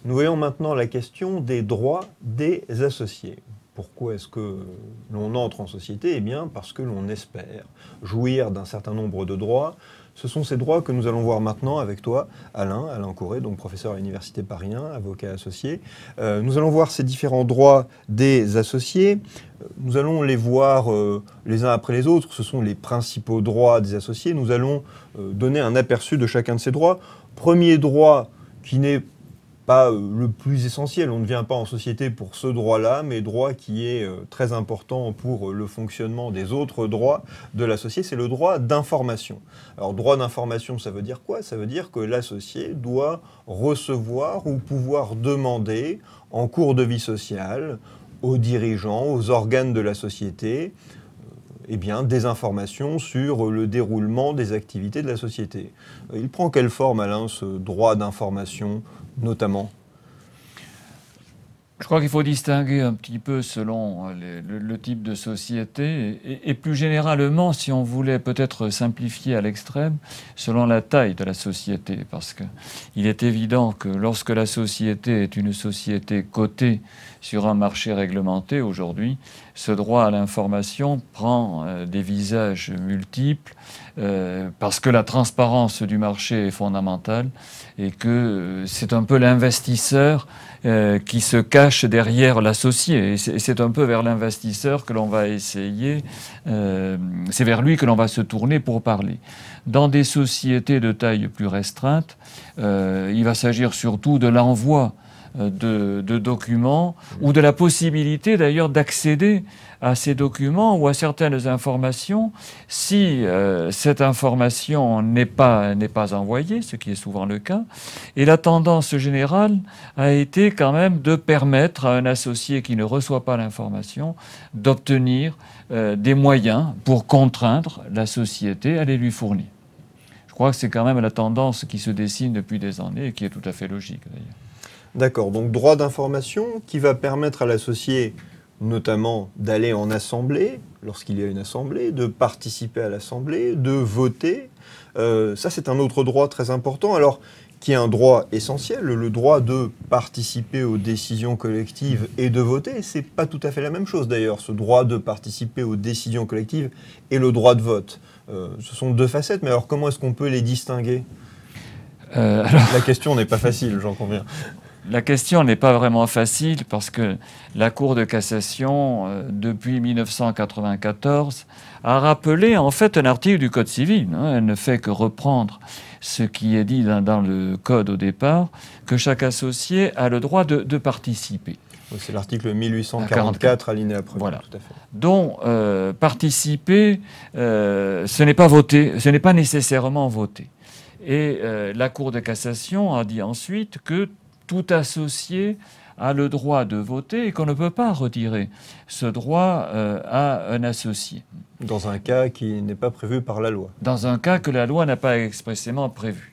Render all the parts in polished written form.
Nous voyons maintenant la question des droits des associés. Pourquoi est-ce que l'on entre en société? Eh bien, parce que l'on espère jouir d'un certain nombre de droits. Ce sont ces droits que nous allons voir maintenant avec toi, Alain Courret, donc professeur à l'Université Paris 1, avocat associé. Nous allons voir ces différents droits des associés. Nous allons les voir les uns après les autres. Ce sont les principaux droits des associés. Nous allons donner un aperçu de chacun de ces droits. Premier droit qui n'est pas le plus essentiel, on ne vient pas en société pour ce droit-là, mais droit qui est très important pour le fonctionnement des autres droits de l'associé, c'est le droit d'information. Alors droit d'information, ça veut dire quoi? Ça veut dire que l'associé doit recevoir ou pouvoir demander en cours de vie sociale aux dirigeants, aux organes de la société, eh bien, des informations sur le déroulement des activités de la société. Il prend quelle forme, Alain, ce droit d'information, notamment? Je crois qu'il faut distinguer un petit peu selon le type de société et plus généralement, si on voulait peut-être simplifier à l'extrême, selon la taille de la société. Parce qu'il est évident que lorsque la société est une société cotée sur un marché réglementé aujourd'hui, ce droit à l'information prend des visages multiples parce que la transparence du marché est fondamentale et que c'est un peu l'investisseur qui se cache derrière l'associé. Et c'est un peu vers l'investisseur que l'on va essayer, c'est vers lui que l'on va se tourner pour parler. Dans des sociétés de taille plus restreinte, il va s'agir surtout de l'envoi de documents ou de la possibilité d'ailleurs d'accéder à ces documents ou à certaines informations si cette information n'est pas envoyée, ce qui est souvent le cas. Et la tendance générale a été quand même de permettre à un associé qui ne reçoit pas l'information d'obtenir des moyens pour contraindre la société à les lui fournir. Je crois que c'est quand même la tendance qui se dessine depuis des années et qui est tout à fait logique d'ailleurs. D'accord, donc droit d'information qui va permettre à l'associé notamment d'aller en assemblée, lorsqu'il y a une assemblée, de participer à l'assemblée, de voter. Ça, c'est un autre droit très important, alors qui est un droit essentiel, le droit de participer aux décisions collectives et de voter. C'est pas tout à fait la même chose d'ailleurs, ce droit de participer aux décisions collectives et le droit de vote. Ce sont deux facettes, mais alors comment est-ce qu'on peut les distinguer? La question n'est pas facile, j'en conviens. La question n'est pas vraiment facile parce que la Cour de cassation, depuis 1994, a rappelé en fait un article du Code civil. Elle ne fait que reprendre ce qui est dit dans le Code au départ, que chaque associé a le droit de participer. C'est l'article 1844, alinéa 1er. Voilà. Tout à fait. Donc, participer, ce n'est pas voter, ce n'est pas nécessairement voter. Et la Cour de cassation a dit ensuite que tout associé a le droit de voter et qu'on ne peut pas retirer ce droit à un associé. Dans un cas qui n'est pas prévu par la loi. Dans un cas que la loi n'a pas expressément prévu.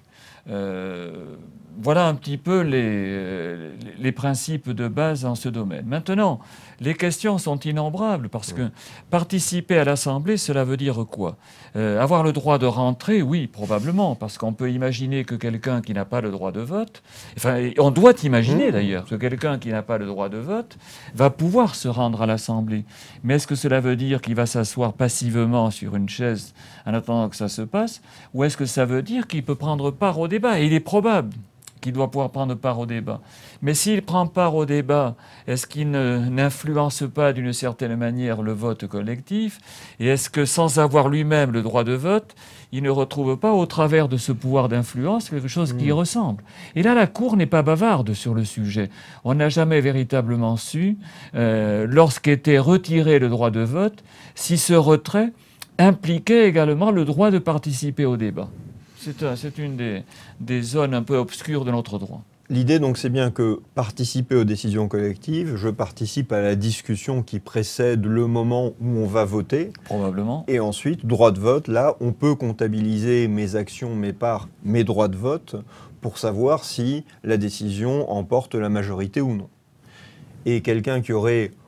Voilà un petit peu les principes de base dans ce domaine. Maintenant, les questions sont innombrables parce que participer à l'Assemblée, cela veut dire quoi? Avoir le droit de rentrer, oui, probablement, parce qu'on peut imaginer que quelqu'un qui n'a pas le droit de vote, enfin, on doit imaginer d'ailleurs que quelqu'un qui n'a pas le droit de vote va pouvoir se rendre à l'Assemblée. Mais est-ce que cela veut dire qu'il va s'asseoir passivement sur une chaise en attendant que ça se passe? Ou est-ce que ça veut dire qu'il peut prendre part au débat? Et il est probable qu'il doit pouvoir prendre part au débat. Mais s'il prend part au débat, est-ce qu'il n'influence pas d'une certaine manière le vote collectif? Et est-ce que sans avoir lui-même le droit de vote, il ne retrouve pas au travers de ce pouvoir d'influence quelque chose qui y ressemble? Et là, la Cour n'est pas bavarde sur le sujet. On n'a jamais véritablement su, lorsqu'était retiré le droit de vote, si ce retrait impliquait également le droit de participer au débat. C'est une des zones un peu obscures de notre droit. L'idée, donc, c'est bien que participer aux décisions collectives, je participe à la discussion qui précède le moment où on va voter. Probablement. Et ensuite, droit de vote, là, on peut comptabiliser mes actions, mes parts, mes droits de vote pour savoir si la décision emporte la majorité ou non. Et quelqu'un qui aurait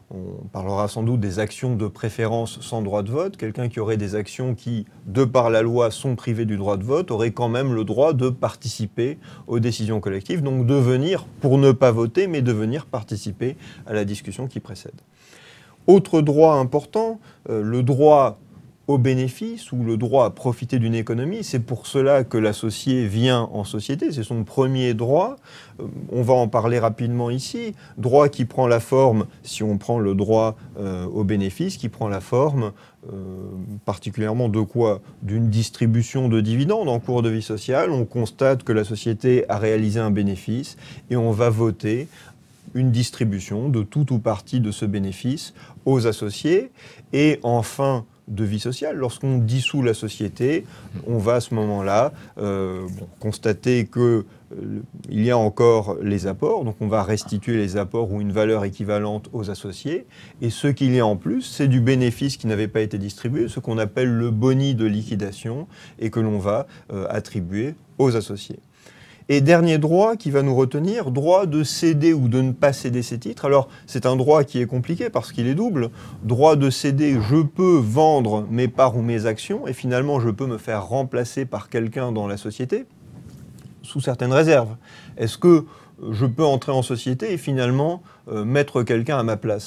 On parlera sans doute des actions de préférence sans droit de vote. Quelqu'un qui aurait des actions qui, de par la loi, sont privées du droit de vote, aurait quand même le droit de participer aux décisions collectives, donc de venir, pour ne pas voter, mais de venir participer à la discussion qui précède. Autre droit important, le droit au bénéfice ou le droit à profiter d'une économie. C'est pour cela que l'associé vient en société, c'est son premier droit. On va en parler rapidement ici. Droit qui prend la forme, si on prend le droit au bénéfice, qui prend la forme particulièrement de quoi? D'une distribution de dividendes en cours de vie sociale. On constate que la société a réalisé un bénéfice et on va voter une distribution de tout ou partie de ce bénéfice aux associés. Et enfin, de vie sociale. Lorsqu'on dissout la société, on va à ce moment-là constater qu'il y a encore les apports, donc on va restituer les apports ou une valeur équivalente aux associés, et ce qu'il y a en plus, c'est du bénéfice qui n'avait pas été distribué, ce qu'on appelle le boni de liquidation, et que l'on va attribuer aux associés. Et dernier droit qui va nous retenir, droit de céder ou de ne pas céder ses titres. Alors, c'est un droit qui est compliqué parce qu'il est double. Droit de céder, je peux vendre mes parts ou mes actions et finalement, je peux me faire remplacer par quelqu'un dans la société, sous certaines réserves. Est-ce que je peux entrer en société et finalement mettre quelqu'un à ma place ?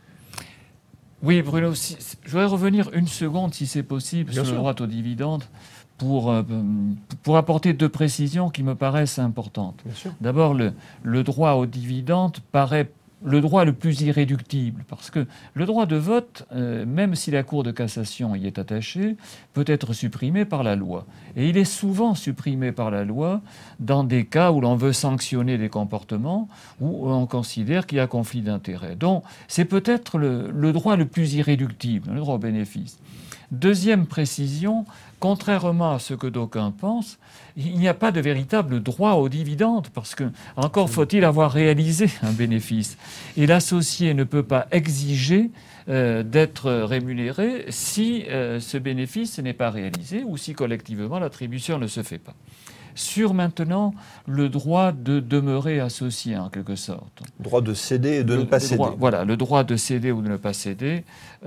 Oui, Bruno, je voudrais revenir une seconde, si c'est possible, Bien sur sûr. le droit aux dividendes. Pour apporter deux précisions qui me paraissent importantes. D'abord, le droit aux dividendes paraît le droit le plus irréductible, parce que le droit de vote, même si la Cour de cassation y est attachée, peut être supprimé par la loi. Et il est souvent supprimé par la loi dans des cas où l'on veut sanctionner des comportements, où on considère qu'il y a conflit d'intérêts. Donc, c'est peut-être le droit le plus irréductible, le droit au bénéfice. Deuxième précision, contrairement à ce que d'aucuns pensent, il n'y a pas de véritable droit aux dividendes parce que encore faut-il avoir réalisé un bénéfice. Et l'associé ne peut pas exiger d'être rémunéré si ce bénéfice n'est pas réalisé ou si collectivement l'attribution ne se fait pas. Sur maintenant le droit de demeurer associé en quelque sorte. Droit de céder et de ne pas céder. Voilà, le droit de céder ou de ne pas céder.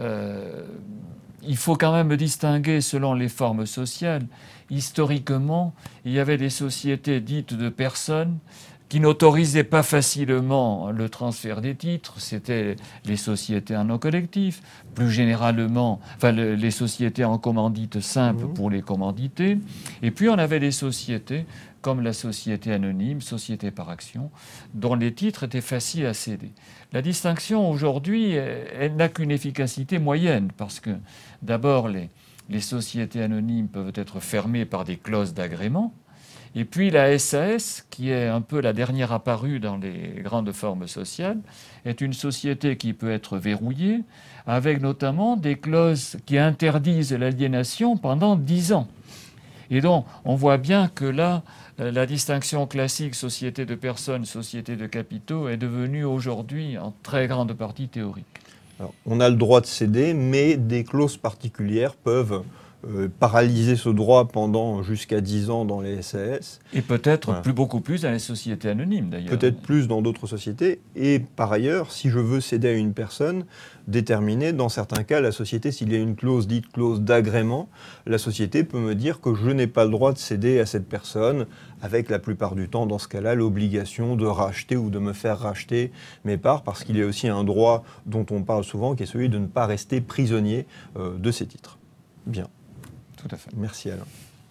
Il faut quand même distinguer selon les formes sociales. Historiquement, il y avait des sociétés dites de personnes qui n'autorisaient pas facilement le transfert des titres. C'était les sociétés en non collectif, plus généralement, les sociétés en commandite simple pour les commandités. Et puis on avait des sociétés comme la société anonyme, société par action, dont les titres étaient faciles à céder. La distinction aujourd'hui, elle n'a qu'une efficacité moyenne, parce que d'abord, les sociétés anonymes peuvent être fermées par des clauses d'agrément, et puis la SAS, qui est un peu la dernière apparue dans les grandes formes sociales, est une société qui peut être verrouillée, avec notamment des clauses qui interdisent l'aliénation pendant 10 ans. Et donc, on voit bien que là, la distinction classique société de personnes, société de capitaux est devenue aujourd'hui en très grande partie théorique. Alors, on a le droit de céder, mais des clauses particulières peuvent paralyser ce droit pendant jusqu'à 10 ans dans les SAS. Et peut-être beaucoup plus dans les sociétés anonymes d'ailleurs. Peut-être plus dans d'autres sociétés. Et par ailleurs, si je veux céder à une personne, déterminer, dans certains cas, la société, s'il y a une clause dite clause d'agrément, la société peut me dire que je n'ai pas le droit de céder à cette personne, avec la plupart du temps, dans ce cas-là, l'obligation de racheter ou de me faire racheter mes parts, parce qu'il y a aussi un droit dont on parle souvent, qui est celui de ne pas rester prisonnier de ces titres. Bien. Tout à fait. Merci Alain.